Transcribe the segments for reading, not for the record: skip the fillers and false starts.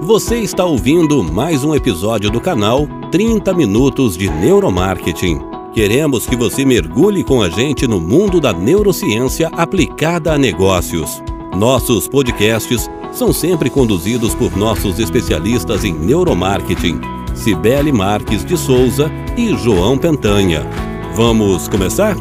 Você está ouvindo mais um episódio do canal 30 Minutos de Neuromarketing. Queremos que você mergulhe com a gente no mundo da neurociência aplicada a negócios. Nossos podcasts são sempre conduzidos por nossos especialistas em neuromarketing, Cibele Marques de Souza e João Pentanha. Vamos começar?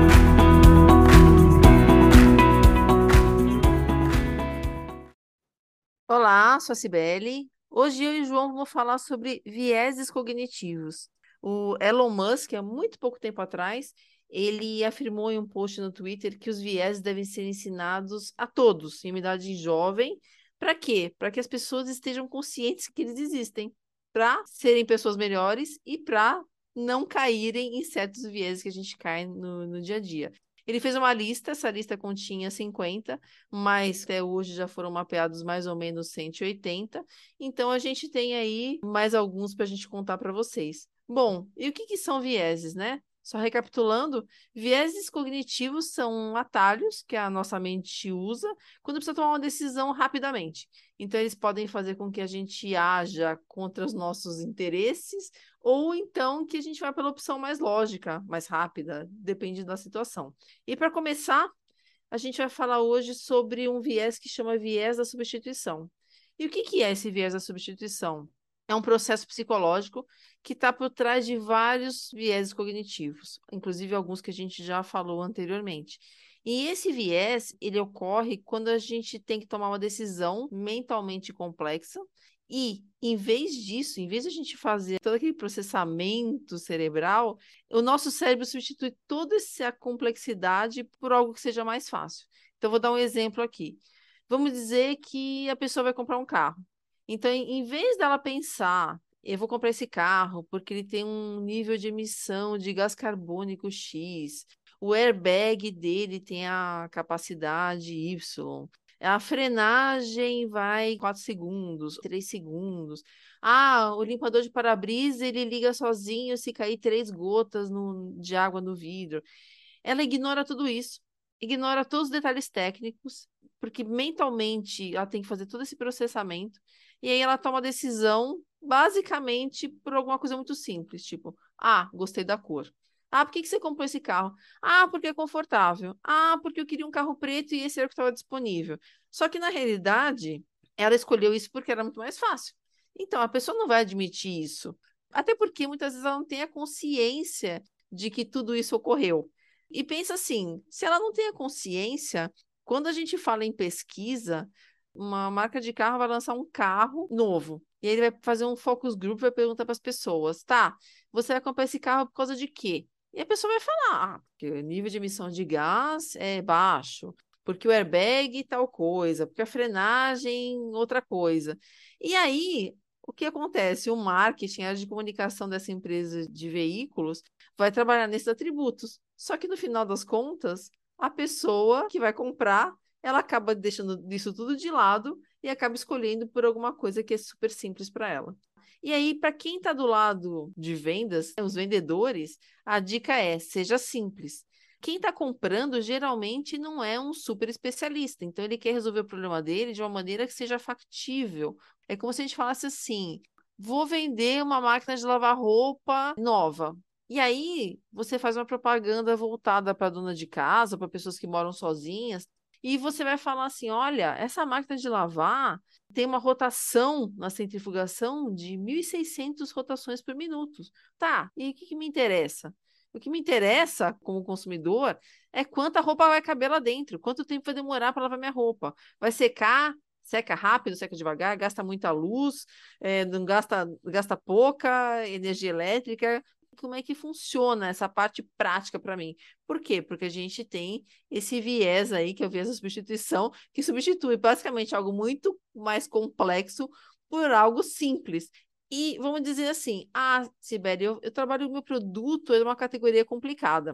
Olá, sou a Cibele. Hoje eu e o João vamos falar sobre vieses cognitivos. O Elon Musk, há muito pouco tempo atrás, ele afirmou em um post no Twitter que os vieses devem ser ensinados a todos, em uma idade jovem. Para quê? Para que as pessoas estejam conscientes que eles existem, para serem pessoas melhores e para não caírem em certos vieses que a gente cai no dia a dia. Ele fez uma lista, essa lista continha 50, mas até hoje já foram mapeados mais ou menos 180. Então a gente tem aí mais alguns para a gente contar para vocês. Bom, e o que são vieses, né? Só recapitulando, vieses cognitivos são atalhos que a nossa mente usa quando precisa tomar uma decisão rapidamente. Então, eles podem fazer com que a gente haja contra os nossos interesses, ou então que a gente vá pela opção mais lógica, mais rápida, depende da situação. E para começar, a gente vai falar hoje sobre um viés que chama viés da substituição. E o que é esse viés da substituição? É um processo psicológico que está por trás de vários vieses cognitivos, inclusive alguns que a gente já falou anteriormente. E esse viés, ele ocorre quando a gente tem que tomar uma decisão mentalmente complexa e, em vez disso, em vez de a gente fazer todo aquele processamento cerebral, o nosso cérebro substitui toda essa complexidade por algo que seja mais fácil. Então, vou dar um exemplo aqui. Vamos dizer que a pessoa vai comprar um carro. Então, em vez dela pensar, eu vou comprar esse carro porque ele tem um nível de emissão de gás carbônico X, o airbag dele tem a capacidade Y, a frenagem vai 4 segundos, 3 segundos. Ah, o limpador de para-brisa, ele liga sozinho se cair 3 gotas de água no vidro. Ela ignora tudo isso, ignora todos os detalhes técnicos, porque mentalmente ela tem que fazer todo esse processamento, e aí ela toma a decisão basicamente por alguma coisa muito simples, tipo, gostei da cor. Por que você comprou esse carro? Porque é confortável. Porque eu queria um carro preto e esse era o que estava disponível. Só que, na realidade, ela escolheu isso porque era muito mais fácil. Então, a pessoa não vai admitir isso. Até porque, muitas vezes, ela não tem a consciência de que tudo isso ocorreu. E pensa assim, se ela não tem a consciência, quando a gente fala em pesquisa, uma marca de carro vai lançar um carro novo. E aí ele vai fazer um focus group, vai perguntar para as pessoas, tá, você vai comprar esse carro por causa de quê? E a pessoa vai falar, porque o nível de emissão de gás é baixo, porque o airbag tal coisa, porque a frenagem outra coisa. E aí, o que acontece? O marketing, a área de comunicação dessa empresa de veículos, vai trabalhar nesses atributos. Só que no final das contas, a pessoa que vai comprar, ela acaba deixando isso tudo de lado e acaba escolhendo por alguma coisa que é super simples para ela. E aí, para quem está do lado de vendas, os vendedores, a dica é: seja simples. Quem está comprando geralmente não é um super especialista, então ele quer resolver o problema dele de uma maneira que seja factível. É como se a gente falasse assim: vou vender uma máquina de lavar roupa nova. E aí, você faz uma propaganda voltada para dona de casa, para pessoas que moram sozinhas, e você vai falar assim: olha, essa máquina de lavar tem uma rotação na centrifugação de 1.600 rotações por minuto. Tá, e o que me interessa? O que me interessa como consumidor é quanta roupa vai caber lá dentro, quanto tempo vai demorar para lavar minha roupa. Vai secar, seca rápido, seca devagar, gasta muita luz, não gasta pouca energia elétrica. Como é que funciona essa parte prática para mim? Por quê? Porque a gente tem esse viés aí, que é o viés da substituição, que substitui basicamente algo muito mais complexo por algo simples. E vamos dizer assim, Sibeli, eu trabalho o meu produto é uma categoria complicada.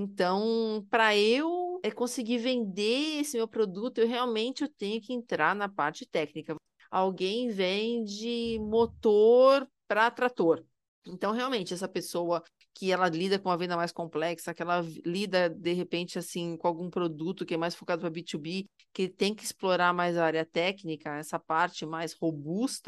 Então, para eu conseguir vender esse meu produto, eu tenho que entrar na parte técnica. Alguém vende motor para trator. Então, realmente, essa pessoa que ela lida com a venda mais complexa, que ela lida, de repente, assim, com algum produto que é mais focado para B2B, que tem que explorar mais a área técnica, essa parte mais robusta,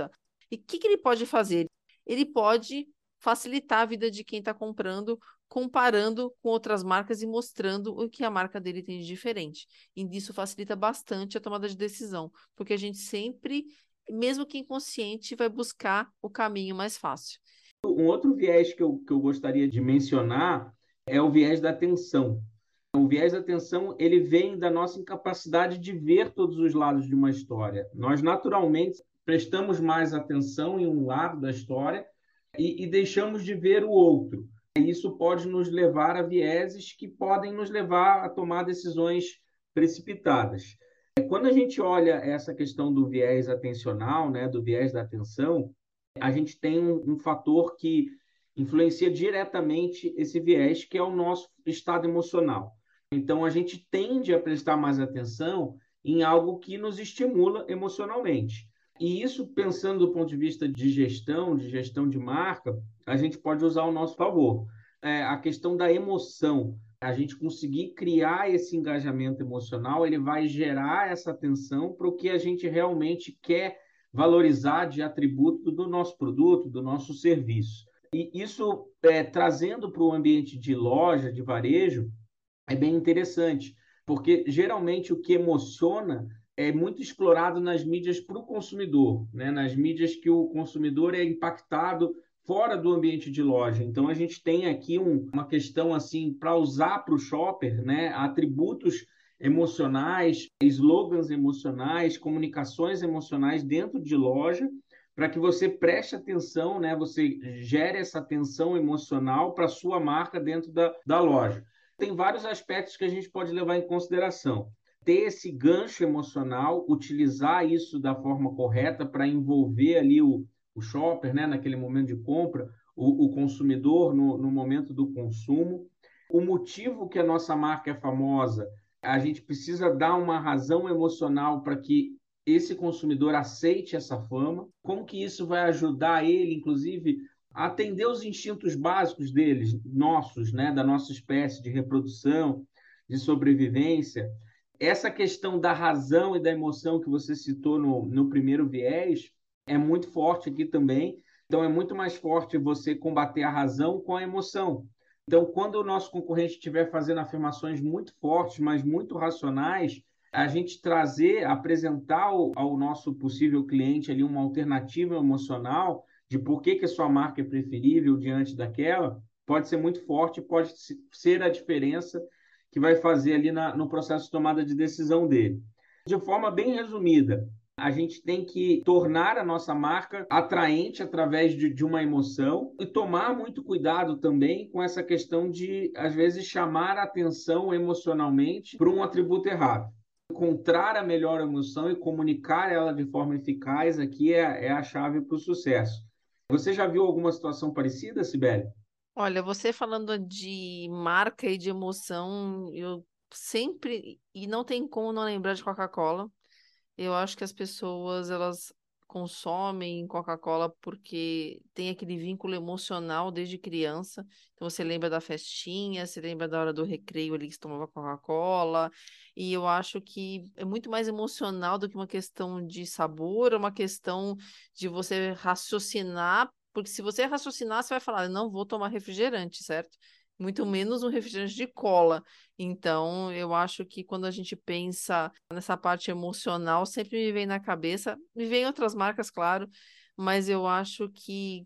E o que que ele pode fazer? Ele pode facilitar a vida de quem está comprando, comparando com outras marcas e mostrando o que a marca dele tem de diferente. E isso facilita bastante a tomada de decisão, porque a gente sempre, mesmo que inconsciente, vai buscar o caminho mais fácil. Um outro viés que eu gostaria de mencionar é o viés da atenção. O viés da atenção, ele vem da nossa incapacidade de ver todos os lados de uma história. Nós, naturalmente, prestamos mais atenção em um lado da história e deixamos de ver o outro. Isso pode nos levar a vieses que podem nos levar a tomar decisões precipitadas. Quando a gente olha essa questão do viés atencional, né, do viés da atenção, a gente tem um fator que influencia diretamente esse viés, que é o nosso estado emocional. Então, a gente tende a prestar mais atenção em algo que nos estimula emocionalmente. E isso, pensando do ponto de vista de gestão de marca, a gente pode usar ao nosso favor. A questão da emoção, a gente conseguir criar esse engajamento emocional, ele vai gerar essa atenção para o que a gente realmente quer valorizar de atributo do nosso produto, do nosso serviço. E isso, trazendo para o ambiente de loja, de varejo, é bem interessante, porque geralmente o que emociona é muito explorado nas mídias para o consumidor, né? Nas mídias que o consumidor é impactado fora do ambiente de loja. Então, a gente tem aqui uma questão assim para usar para o shopper, né? Atributos emocionais, slogans emocionais, comunicações emocionais dentro de loja, para que você preste atenção, né? Você gere essa atenção emocional para a sua marca dentro da loja. Tem vários aspectos que a gente pode levar em consideração. Ter esse gancho emocional, utilizar isso da forma correta para envolver ali o shopper, né? Naquele momento de compra, o consumidor no momento do consumo. O motivo que a nossa marca é famosa, a gente precisa dar uma razão emocional para que esse consumidor aceite essa fama. Como que isso vai ajudar ele, inclusive, a atender os instintos básicos deles, nossos, né, da nossa espécie de reprodução, de sobrevivência. Essa questão da razão e da emoção que você citou no primeiro viés é muito forte aqui também. Então, é muito mais forte você combater a razão com a emoção. Então, quando o nosso concorrente estiver fazendo afirmações muito fortes, mas muito racionais, a gente apresentar ao nosso possível cliente ali uma alternativa emocional de por que a sua marca é preferível diante daquela, pode ser muito forte, pode ser a diferença que vai fazer ali no processo de tomada de decisão dele. De forma bem resumida, a gente tem que tornar a nossa marca atraente através de uma emoção e tomar muito cuidado também com essa questão de, às vezes, chamar a atenção emocionalmente para um atributo errado. Encontrar a melhor emoção e comunicar ela de forma eficaz aqui é a chave para o sucesso. Você já viu alguma situação parecida, Sibeli? Olha, você falando de marca e de emoção, eu sempre, e não tem como não lembrar de Coca-Cola. Eu acho que as pessoas, elas consomem Coca-Cola porque tem aquele vínculo emocional desde criança. Então você lembra da festinha, você lembra da hora do recreio ali que você tomava Coca-Cola. E eu acho que é muito mais emocional do que uma questão de sabor, é uma questão de você raciocinar, porque se você raciocinar, você vai falar, não vou tomar refrigerante, certo? Muito menos um refrigerante de cola. Então, eu acho que quando a gente pensa nessa parte emocional, sempre me vem na cabeça, me vem outras marcas, claro, mas eu acho que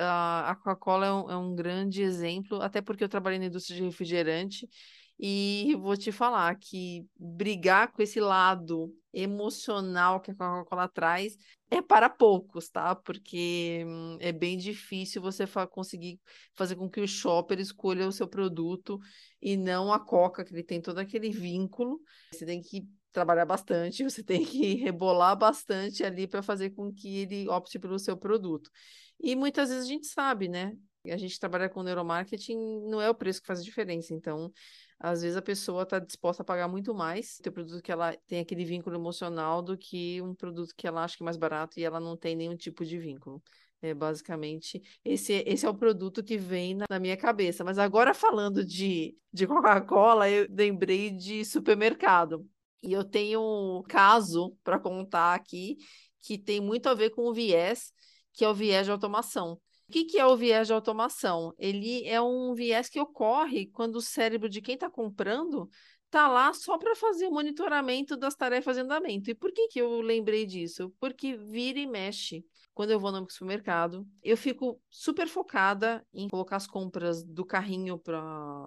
a Coca-Cola é um grande exemplo, até porque eu trabalhei na indústria de refrigerante e vou te falar que brigar com esse lado emocional que a Coca-Cola traz é para poucos, tá? Porque é bem difícil você conseguir fazer com que o shopper escolha o seu produto e não a Coca, que ele tem todo aquele vínculo. Você tem que trabalhar bastante, você tem que rebolar bastante ali para fazer com que ele opte pelo seu produto. E muitas vezes a gente sabe, né? A gente trabalha com neuromarketing, não é o preço que faz a diferença. Então, às vezes a pessoa está disposta a pagar muito mais ter produto que ela tem aquele vínculo emocional do que um produto que ela acha que é mais barato e ela não tem nenhum tipo de vínculo. É, basicamente, esse é o produto que vem na minha cabeça. Mas agora falando de Coca-Cola, eu lembrei de supermercado. E eu tenho um caso para contar aqui que tem muito a ver com o viés, que é o viés de automação. O que é o viés de automação? Ele é um viés que ocorre quando o cérebro de quem está comprando está lá só para fazer o monitoramento das tarefas em andamento. E por que eu lembrei disso? Porque vira e mexe. Quando eu vou no supermercado, eu fico super focada em colocar as compras do carrinho para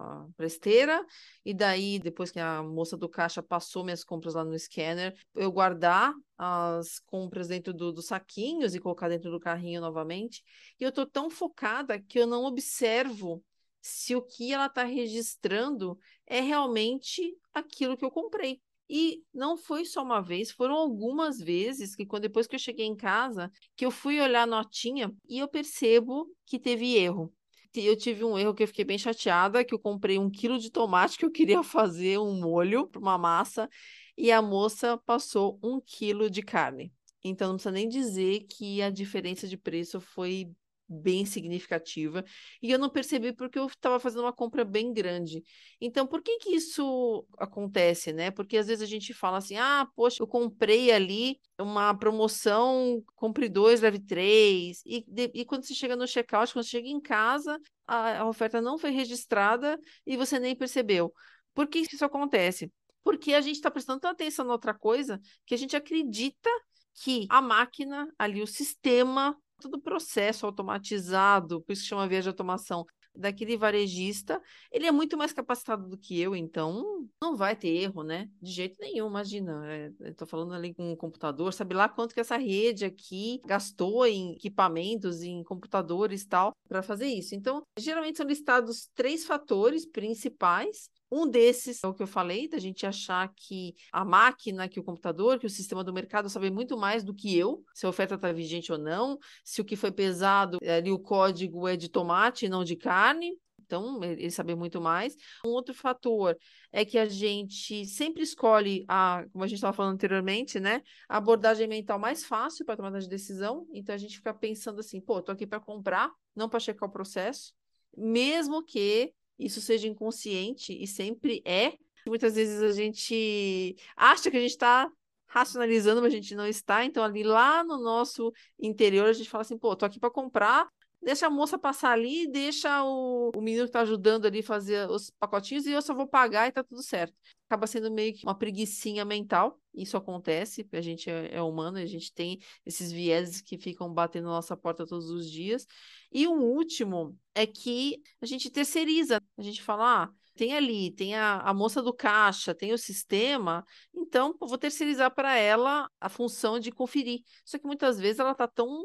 a esteira, e daí, depois que a moça do caixa passou minhas compras lá no scanner, eu guardar as compras dentro dos saquinhos e colocar dentro do carrinho novamente. E eu estou tão focada que eu não observo se o que ela está registrando é realmente aquilo que eu comprei. E não foi só uma vez, foram algumas vezes que depois que eu cheguei em casa, que eu fui olhar a notinha e eu percebo que teve erro. Eu tive um erro que eu fiquei bem chateada, que eu comprei 1 quilo de tomate que eu queria fazer um molho para uma massa, e a moça passou 1 quilo de carne. Então não precisa nem dizer que a diferença de preço foi bem significativa, e eu não percebi porque eu estava fazendo uma compra bem grande. Então, por que isso acontece, né? Porque às vezes a gente fala assim, ah, poxa, eu comprei ali uma promoção, compre 2, leve 3, e quando você chega no checkout, quando você chega em casa, a oferta não foi registrada e você nem percebeu. Por que isso acontece? Porque a gente está prestando tanta atenção na outra coisa que a gente acredita que a máquina ali, o sistema, todo o processo automatizado, por isso que chama viés de automação, daquele varejista, ele é muito mais capacitado do que eu, então não vai ter erro, né? De jeito nenhum, imagina. Eu tô falando ali com um computador, sabe lá quanto que essa rede aqui gastou em equipamentos, em computadores e tal, para fazer isso. Então, geralmente são listados 3 fatores principais. Um desses é o que eu falei, da gente achar que a máquina, que o computador, que o sistema do mercado sabe muito mais do que eu, se a oferta está vigente ou não, se o que foi pesado ali o código é de tomate e não de carne. Então, ele sabe muito mais. Um outro fator é que a gente sempre escolhe, como a gente estava falando anteriormente, né? A abordagem mental mais fácil para tomada de decisão. Então, a gente fica pensando assim, pô, estou aqui para comprar, não para checar o processo. Mesmo que isso seja inconsciente, e sempre é. Muitas vezes a gente acha que a gente está racionalizando, mas a gente não está. Então, ali lá no nosso interior, a gente fala assim, pô, tô aqui para comprar, deixa a moça passar ali, deixa o menino que está ajudando ali fazer os pacotinhos e eu só vou pagar e tá tudo certo. Acaba sendo meio que uma preguicinha mental. Isso acontece, a gente é humano, a gente tem esses vieses que ficam batendo na nossa porta todos os dias. E um último é que a gente terceiriza. A gente fala, tem ali, tem a moça do caixa, tem o sistema, então eu vou terceirizar para ela a função de conferir. Só que muitas vezes ela tá tão.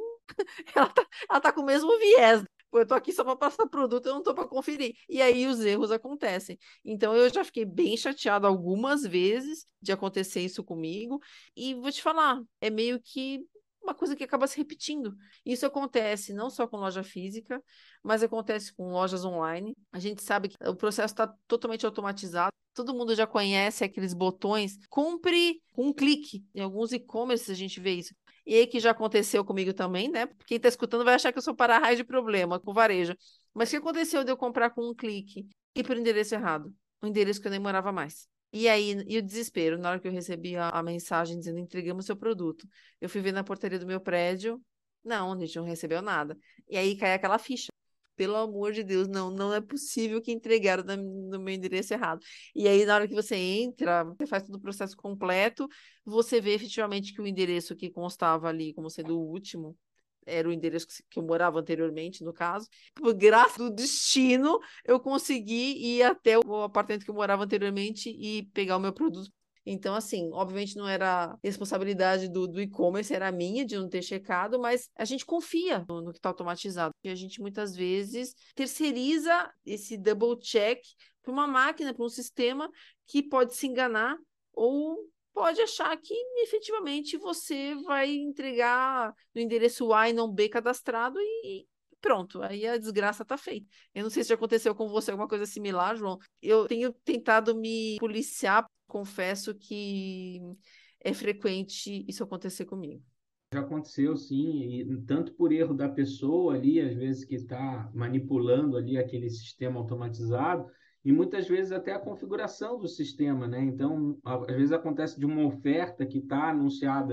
ela tá com o mesmo viés. Pô, eu tô aqui só para passar produto, eu não tô para conferir. E aí os erros acontecem. Então eu já fiquei bem chateada algumas vezes de acontecer isso comigo. E vou te falar, é meio que uma coisa que acaba se repetindo. Isso acontece não só com loja física, mas acontece com lojas online. A gente sabe que o processo está totalmente automatizado. Todo mundo já conhece aqueles botões. Compre com um clique. Em alguns e-commerce a gente vê isso. E aí que já aconteceu comigo também, né? Quem está escutando vai achar que eu sou para-raio de problema com varejo. Mas o que aconteceu de eu comprar com um clique e para o endereço errado? O endereço que eu nem morava mais. E aí, e o desespero, na hora que eu recebi a mensagem dizendo entregamos seu produto. Eu fui ver na portaria do meu prédio. Não, a gente não recebeu nada. E aí cai aquela ficha. Pelo amor de Deus, não é possível que entregaram no meu endereço errado. E aí, na hora que você entra, você faz todo o processo completo, você vê efetivamente que o endereço que constava ali como sendo o último era o endereço que eu morava anteriormente, no caso. Por graça do destino, eu consegui ir até o apartamento que eu morava anteriormente e pegar o meu produto. Então, assim, obviamente não era responsabilidade do e-commerce, era minha de não ter checado, mas a gente confia no que está automatizado. E a gente muitas vezes terceiriza esse double check para uma máquina, para um sistema que pode se enganar ou pode achar que efetivamente você vai entregar no endereço A e não B cadastrado e pronto, aí a desgraça está feita. Eu não sei se já aconteceu com você alguma coisa similar, João. Eu tenho tentado me policiar, confesso que é frequente isso acontecer comigo. Já aconteceu, sim, e tanto por erro da pessoa ali, às vezes que está manipulando ali aquele sistema automatizado, e muitas vezes até a configuração do sistema, né? Então, às vezes acontece de uma oferta que está anunciada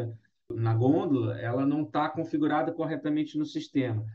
na gôndola, ela não está configurada corretamente no sistema.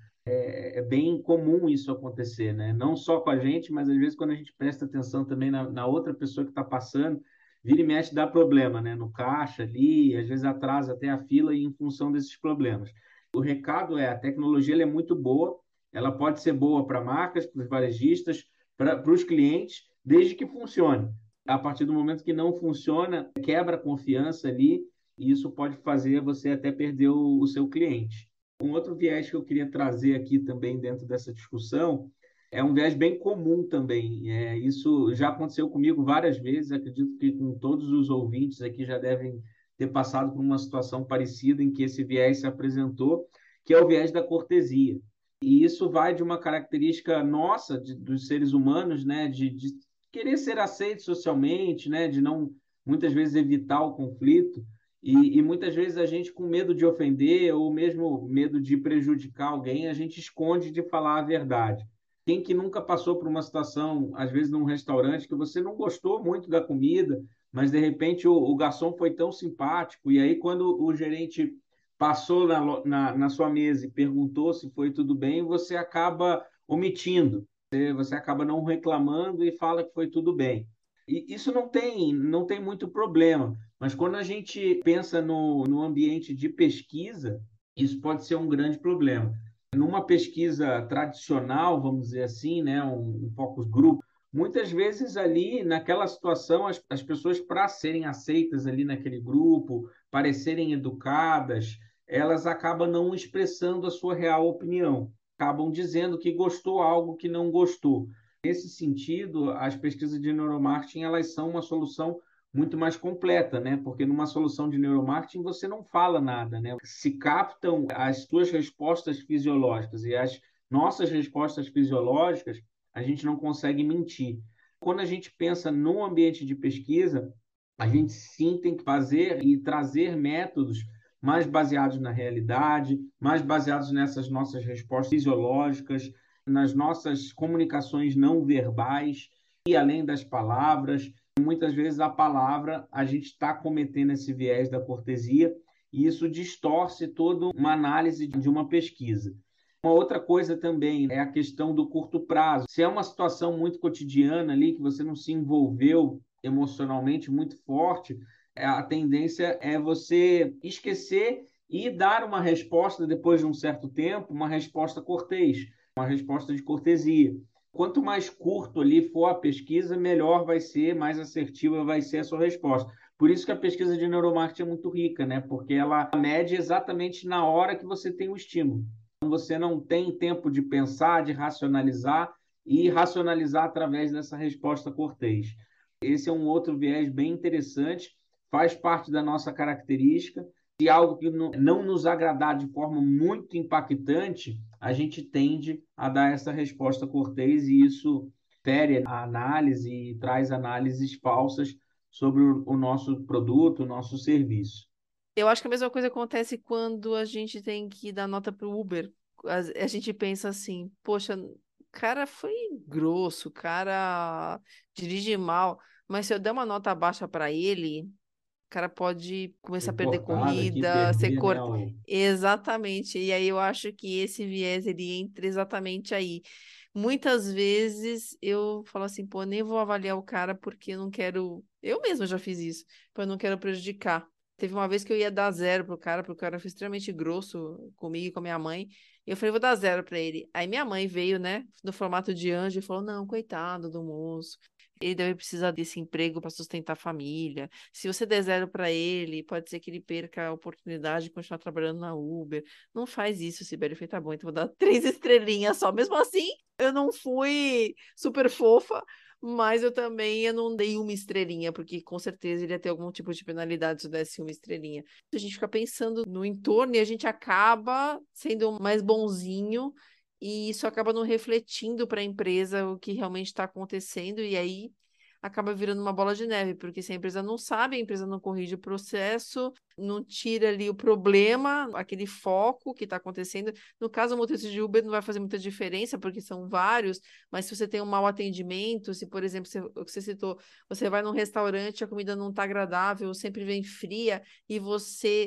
É bem comum isso acontecer, né? Não só com a gente, mas às vezes quando a gente presta atenção também na outra pessoa que está passando, vira e mexe dá problema, né? No caixa ali, às vezes atrasa até a fila em função desses problemas. O recado é, a tecnologia ela é muito boa, ela pode ser boa para marcas, para os varejistas, para os clientes, desde que funcione. A partir do momento que não funciona, quebra a confiança ali, e isso pode fazer você até perder o seu cliente. Um outro viés que eu queria trazer aqui também dentro dessa discussão é um viés bem comum também. Isso já aconteceu comigo várias vezes, acredito que com todos os ouvintes aqui já devem ter passado por uma situação parecida em que esse viés se apresentou, que é o viés da cortesia. E isso vai de uma característica nossa, dos seres humanos, né, de querer ser aceito socialmente, né, de não, muitas vezes, evitar o conflito. E muitas vezes a gente, com medo de ofender ou mesmo medo de prejudicar alguém, a gente esconde de falar a verdade. Quem que nunca passou por uma situação, às vezes num restaurante, que você não gostou muito da comida, mas de repente o garçom foi tão simpático, e aí quando o gerente passou na sua mesa e perguntou se foi tudo bem, você acaba omitindo, você acaba não reclamando e fala que foi tudo bem. E isso não tem muito problema, mas quando a gente pensa no ambiente de pesquisa, isso pode ser um grande problema. Numa pesquisa tradicional, vamos dizer assim, né, um focus group, muitas vezes ali, naquela situação, as pessoas, para serem aceitas ali naquele grupo, parecerem educadas, elas acabam não expressando a sua real opinião, acabam dizendo que gostou algo que não gostou. Nesse sentido, as pesquisas de neuromarketing elas são uma solução muito mais completa, né? Porque numa solução de neuromarketing você não fala nada, né? Se captam as suas respostas fisiológicas e as nossas respostas fisiológicas, a gente não consegue mentir. Quando a gente pensa no ambiente de pesquisa, a gente sim tem que fazer e trazer métodos mais baseados na realidade, mais baseados nessas nossas respostas fisiológicas, nas nossas comunicações não verbais e além das palavras. Muitas vezes a palavra, a gente está cometendo esse viés da cortesia e isso distorce toda uma análise de uma pesquisa. Uma outra coisa também é a questão do curto prazo. Se é uma situação muito cotidiana ali, que você não se envolveu emocionalmente muito forte, a tendência é você esquecer e dar uma resposta depois de um certo tempo, uma resposta cortês, uma resposta de cortesia. Quanto mais curto ali for a pesquisa, melhor vai ser, mais assertiva vai ser a sua resposta. Por isso que a pesquisa de neuromarketing é muito rica, né? Porque ela mede exatamente na hora que você tem o estímulo. Então, você não tem tempo de pensar, de racionalizar e racionalizar através dessa resposta cortês. Esse é um outro viés bem interessante, faz parte da nossa característica. Se algo que não nos agradar de forma muito impactante, a gente tende a dar essa resposta cortês e isso fere a análise e traz análises falsas sobre o nosso produto, o nosso serviço. Eu acho que a mesma coisa acontece quando a gente tem que dar nota pro Uber. A gente pensa assim, poxa, o cara foi grosso, o cara dirige mal, mas se eu der uma nota baixa para ele, o cara pode começar Ser a perder cortado aqui, corrida, ser perder, né? cortado. Exatamente. E aí eu acho que esse viés ele entra exatamente aí. Muitas vezes eu falo assim, pô, nem vou avaliar o cara porque eu não quero. Eu mesma já fiz isso, porque eu não quero prejudicar. Teve uma vez que eu ia dar zero pro cara, porque o cara foi extremamente grosso comigo e com a minha mãe. E eu falei, vou dar zero pra ele. Aí minha mãe veio, né, no formato de anjo e falou: não, coitado do moço. Ele deve precisar desse emprego para sustentar a família. Se você der zero para ele, pode ser que ele perca a oportunidade de continuar trabalhando na Uber. Não faz isso, Sibeli. Eu falei, tá bom, então vou dar 3 estrelinhas só. Mesmo assim, eu não fui super fofa, mas eu não dei uma estrelinha, porque com certeza ele ia ter algum tipo de penalidade se eu desse uma estrelinha. A gente fica pensando no entorno e a gente acaba sendo mais bonzinho e isso acaba não refletindo para a empresa o que realmente está acontecendo, e aí acaba virando uma bola de neve, porque se a empresa não sabe, a empresa não corrige o processo, não tira ali o problema, aquele foco que está acontecendo. No caso, o motorista de Uber não vai fazer muita diferença, porque são vários, mas se você tem um mau atendimento, se, por exemplo, o que você citou, você vai num restaurante, a comida não está agradável, sempre vem fria, e você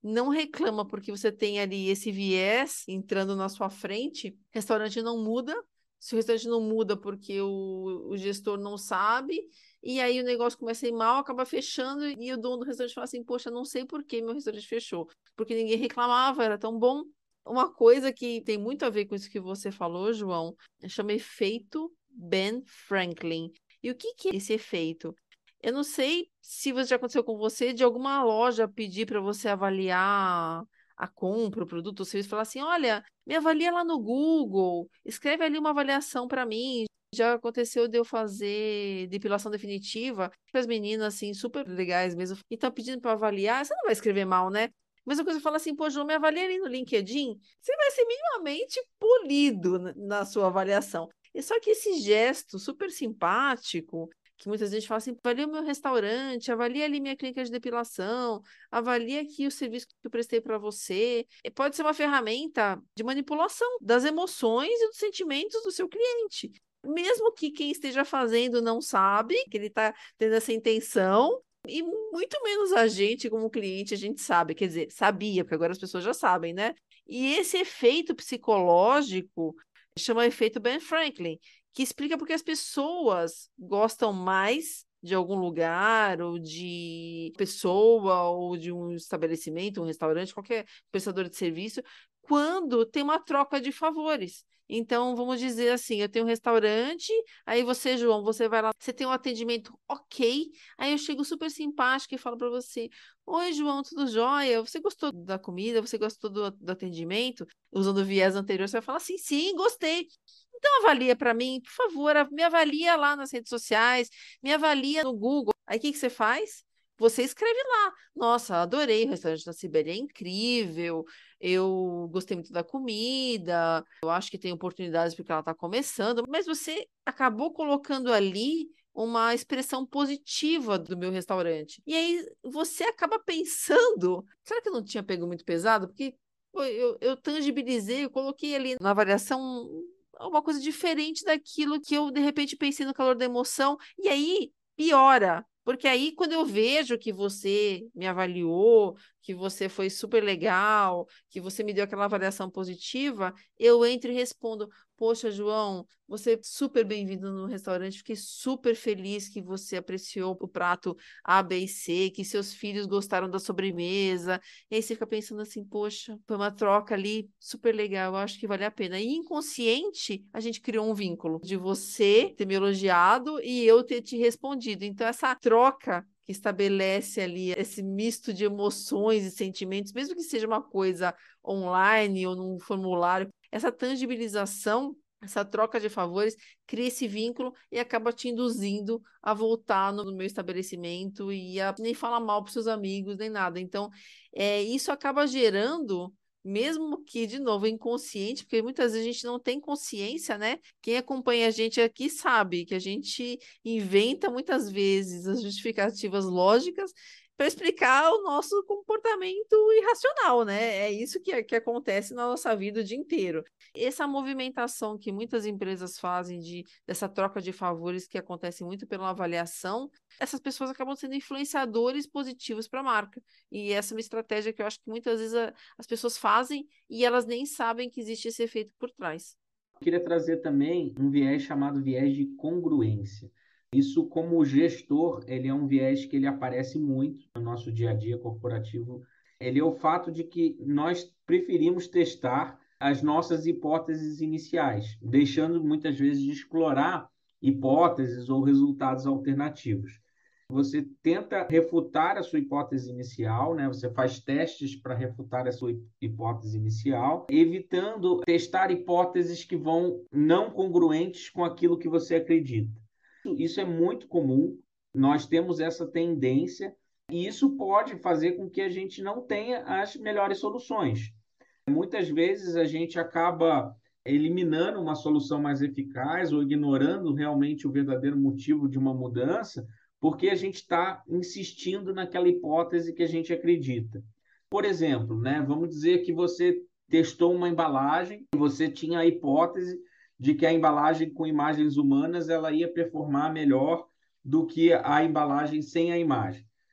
não reclama porque você tem ali esse viés entrando na sua frente, restaurante não muda. Se o restaurante não muda porque o gestor não sabe, e aí o negócio começa a ir mal, acaba fechando, e o dono do restaurante fala assim, poxa, não sei por que meu restaurante fechou, porque ninguém reclamava, era tão bom. Uma coisa que tem muito a ver com isso que você falou, João, chama efeito Ben Franklin. E o que é esse efeito? Eu não sei se já aconteceu com você de alguma loja pedir para você avaliar a compra, o produto, o serviço, falar assim, olha, me avalia lá no Google, escreve ali uma avaliação para mim. Já aconteceu de eu fazer depilação definitiva para as meninas, assim, super legais mesmo, e estão pedindo para avaliar. Você não vai escrever mal, né? Mesma coisa, fala assim, pô, João, me avalia ali no LinkedIn. Você vai ser minimamente polido na sua avaliação. E só que esse gesto super simpático, que muitas vezes fala assim, avalia o meu restaurante, avalia ali minha clínica de depilação, avalia aqui o serviço que eu prestei para você. E pode ser uma ferramenta de manipulação das emoções e dos sentimentos do seu cliente. Mesmo que quem esteja fazendo não sabe que ele está tendo essa intenção, e muito menos a gente, como cliente, a gente sabe, quer dizer, sabia, porque agora as pessoas já sabem, né? E esse efeito psicológico chama efeito Ben Franklin, que explica porque as pessoas gostam mais de algum lugar, ou de pessoa, ou de um estabelecimento, um restaurante, qualquer prestador de serviço, quando tem uma troca de favores. Então, vamos dizer assim, eu tenho um restaurante, aí você, João, você vai lá, você tem um atendimento ok, aí eu chego super simpática e falo para você, oi, João, tudo jóia? Você gostou da comida? Você gostou do atendimento? Usando o viés anterior, você vai falar assim, sim, gostei. Então avalia para mim, por favor, me avalia lá nas redes sociais, me avalia no Google. Aí o que você faz? Você escreve lá. Nossa, adorei o restaurante da Sibéria, é incrível. Eu gostei muito da comida. Eu acho que tem oportunidades porque ela está começando. Mas você acabou colocando ali uma expressão positiva do meu restaurante. E aí você acaba pensando, será que eu não tinha pego muito pesado? Porque pô, eu tangibilizei, eu coloquei ali na avaliação uma coisa diferente daquilo que eu de repente pensei no calor da emoção, e aí piora. Porque aí, quando eu vejo que você me avaliou, que você foi super legal, que você me deu aquela avaliação positiva, eu entro e respondo: poxa, João, você é super bem-vindo no restaurante, fiquei super feliz que você apreciou o prato A, B e C, que seus filhos gostaram da sobremesa. E aí você fica pensando assim: poxa, foi uma troca ali super legal, eu acho que vale a pena. E inconsciente, a gente criou um vínculo de você ter me elogiado e eu ter te respondido. Então, essa troca que estabelece ali esse misto de emoções e sentimentos, mesmo que seja uma coisa online ou num formulário, essa tangibilização, essa troca de favores, cria esse vínculo e acaba te induzindo a voltar no meu estabelecimento e a nem falar mal para seus amigos, nem nada. Então, isso acaba gerando, mesmo que, de novo, inconsciente, porque muitas vezes a gente não tem consciência, né? Quem acompanha a gente aqui sabe que a gente inventa muitas vezes as justificativas lógicas para explicar o nosso comportamento irracional, né? É isso que acontece na nossa vida o dia inteiro. Essa movimentação que muitas empresas fazem dessa troca de favores que acontece muito pela avaliação, essas pessoas acabam sendo influenciadores positivos para a marca. E essa é uma estratégia que eu acho que muitas vezes as pessoas fazem e elas nem sabem que existe esse efeito por trás. Eu queria trazer também um viés chamado viés de congruência. Isso, como gestor, ele é um viés que ele aparece muito no nosso dia a dia corporativo. Ele é o fato de que nós preferimos testar as nossas hipóteses iniciais, deixando muitas vezes de explorar hipóteses ou resultados alternativos. Você tenta refutar a sua hipótese inicial, né? Você faz testes para refutar a sua hipótese inicial, evitando testar hipóteses que vão não congruentes com aquilo que você acredita. Isso é muito comum, nós temos essa tendência, e isso pode fazer com que a gente não tenha as melhores soluções. Muitas vezes a gente acaba eliminando uma solução mais eficaz ou ignorando realmente o verdadeiro motivo de uma mudança, porque a gente está insistindo naquela hipótese que a gente acredita. Por exemplo, né, vamos dizer que você testou uma embalagem, você tinha a hipótese de que a embalagem com imagens humanas ela ia performar melhor do que a embalagem sem a imagem.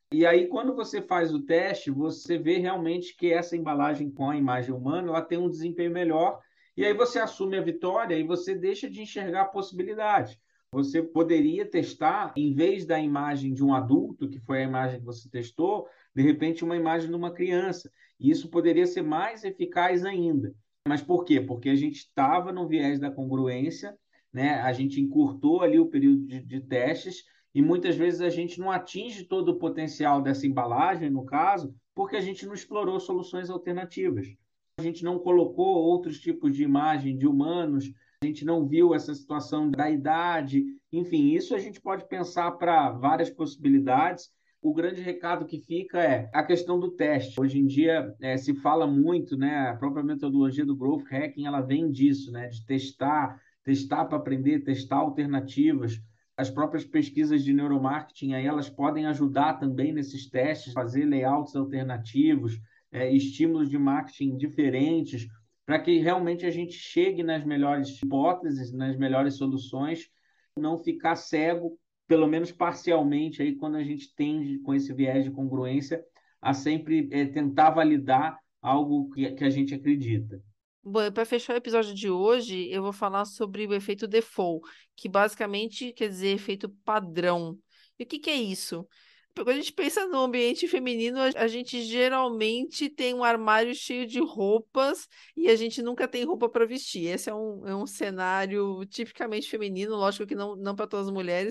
E aí, quando você faz o teste, você vê realmente que essa embalagem com a imagem humana, ela tem um desempenho melhor, e aí você assume a vitória e você deixa de enxergar possibilidades. Você poderia testar, em vez da imagem de um adulto, que foi a imagem que você testou, de repente uma imagem de uma criança. E isso poderia ser mais eficaz ainda. Mas por quê? Porque a gente estava no viés da congruência, né? A gente encurtou ali o período de testes e muitas vezes a gente não atinge todo o potencial dessa embalagem, no caso, porque a gente não explorou soluções alternativas. A gente não colocou outros tipos de imagem de humanos, a gente não viu essa situação da idade, enfim, isso a gente pode pensar para várias possibilidades. O grande recado que fica é a questão do teste. Hoje em dia se fala muito, né? A própria metodologia do Growth Hacking, ela vem disso, né? De testar, testar para aprender, testar alternativas. As próprias pesquisas de neuromarketing aí, elas podem ajudar também nesses testes, fazer layouts alternativos, estímulos de marketing diferentes, para que realmente a gente chegue nas melhores hipóteses, nas melhores soluções, não ficar cego, pelo menos parcialmente, aí, quando a gente tende, com esse viés de congruência, a sempre tentar validar algo que a gente acredita. Bom, para fechar o episódio de hoje, eu vou falar sobre o efeito default, que basicamente quer dizer efeito padrão. E o que que é isso? Quando a gente pensa no ambiente feminino, a gente geralmente tem um armário cheio de roupas e a gente nunca tem roupa para vestir. Esse é um cenário tipicamente feminino, lógico que não para todas as mulheres,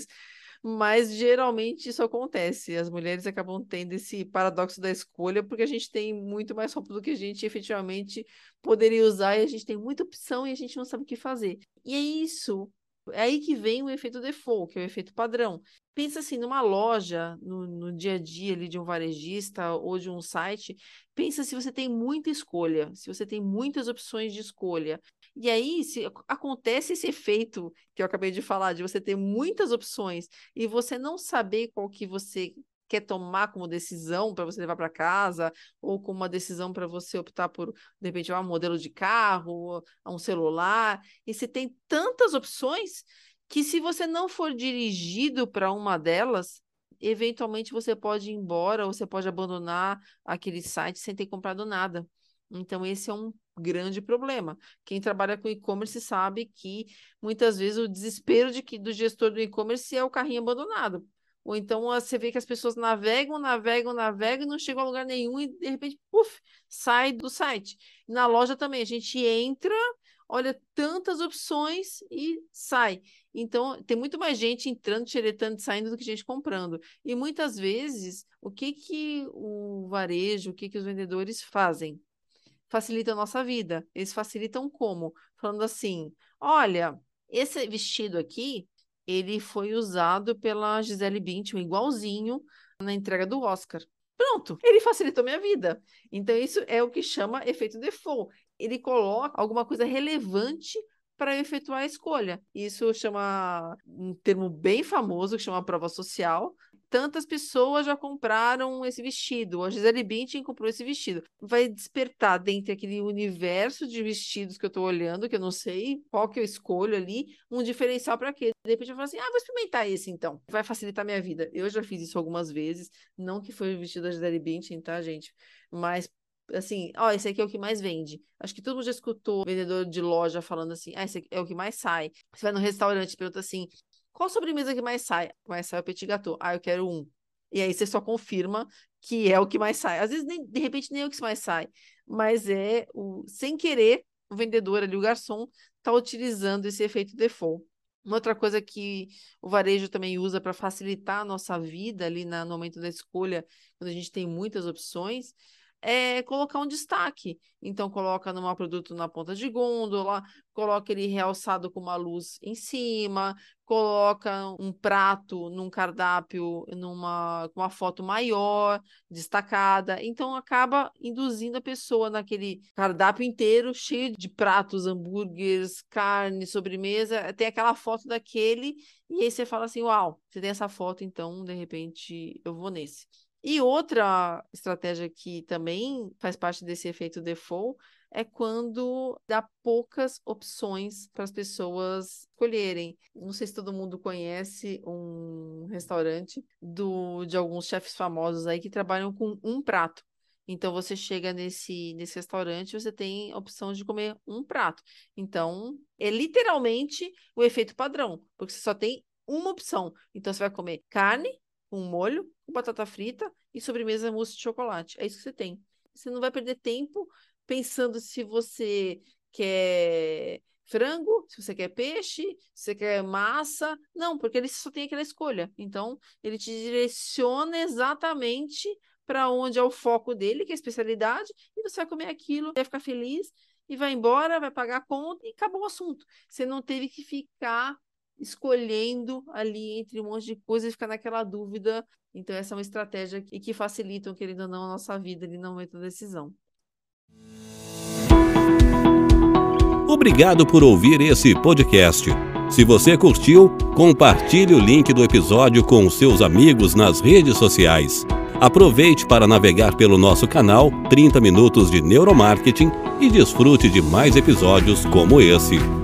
mas geralmente isso acontece. As mulheres acabam tendo esse paradoxo da escolha, porque a gente tem muito mais roupa do que a gente efetivamente poderia usar, e a gente tem muita opção e a gente não sabe o que fazer. E é isso. É aí que vem o efeito default, que é o efeito padrão. Pensa assim, numa loja, no dia a dia ali de um varejista ou de um site, pensa se você tem muita escolha, se você tem muitas opções de escolha. E aí, se acontece esse efeito que eu acabei de falar, de você ter muitas opções e você não saber qual que você quer tomar como decisão para você levar para casa, ou como uma decisão para você optar por, de repente, um modelo de carro, um celular, e você tem tantas opções que se você não for dirigido para uma delas, eventualmente você pode ir embora ou você pode abandonar aquele site sem ter comprado nada. Então, esse é um grande problema. Quem trabalha com e-commerce sabe que muitas vezes o desespero do gestor do e-commerce é o carrinho abandonado. Ou então você vê que as pessoas navegam, navegam, navegam e não chegam a lugar nenhum e de repente, puf, sai do site. Na loja também, a gente entra, olha tantas opções e sai. Então, tem muito mais gente entrando, xeretando, saindo do que gente comprando. E muitas vezes, o que que o varejo, o que que os vendedores fazem? Facilitam a nossa vida. Eles facilitam como? Falando assim, olha, esse vestido aqui, ele foi usado pela Gisele Bündchen, igualzinho, na entrega do Oscar. Pronto, ele facilitou minha vida. Então, isso é o que chama efeito default. Ele coloca alguma coisa relevante para efetuar a escolha. Isso chama um termo bem famoso que chama prova social. Tantas pessoas já compraram esse vestido, a Gisele Bündchen comprou esse vestido. Vai despertar dentro daquele universo de vestidos que eu estou olhando, que eu não sei qual que eu escolho ali, um diferencial para quê? De repente eu falo assim, vou experimentar esse então, vai facilitar minha vida. Eu já fiz isso algumas vezes, não que foi o vestido da Gisele Bündchen, tá, gente? Mas assim, esse aqui é o que mais vende. Acho que todo mundo já escutou vendedor de loja falando assim, esse aqui é o que mais sai. Você vai no restaurante e pergunta assim, qual sobremesa que mais sai? Mais sai o petit gâteau. Eu quero um. E aí você só confirma que é o que mais sai. Às vezes, de repente, nem é o que mais sai. Mas sem querer, o vendedor ali, o garçom, está utilizando esse efeito default. Uma outra coisa que o varejo também usa para facilitar a nossa vida ali no momento da escolha, quando a gente tem muitas opções, é colocar um destaque. Então, coloca num produto na ponta de gôndola, coloca ele realçado com uma luz em cima, coloca um prato num cardápio com uma foto maior, destacada. Então, acaba induzindo a pessoa naquele cardápio inteiro, cheio de pratos, hambúrgueres, carne, sobremesa, tem aquela foto daquele, e aí você fala assim, uau, você tem essa foto, então, de repente, eu vou nesse. E outra estratégia que também faz parte desse efeito default é quando dá poucas opções para as pessoas escolherem. Não sei se todo mundo conhece um restaurante de alguns chefes famosos aí que trabalham com um prato. Então, você chega nesse restaurante, você tem a opção de comer um prato. Então, é literalmente o efeito padrão, porque você só tem uma opção. Então, você vai comer carne, um molho, com batata frita e sobremesa mousse de chocolate. É isso que você tem. Você não vai perder tempo pensando se você quer frango, se você quer peixe, se você quer massa. Não, porque ele só tem aquela escolha. Então, ele te direciona exatamente para onde é o foco dele, que é a especialidade, e você vai comer aquilo, vai ficar feliz e vai embora, vai pagar a conta e acabou o assunto. Você não teve que ficar escolhendo ali entre um monte de coisas e ficar naquela dúvida. Então, essa é uma estratégia que facilita, querendo ou não, a nossa vida ali no momento da decisão. Obrigado por ouvir esse podcast. Se você curtiu, compartilhe o link do episódio com os seus amigos nas redes sociais. Aproveite para navegar pelo nosso canal 30 Minutos de Neuromarketing e desfrute de mais episódios como esse.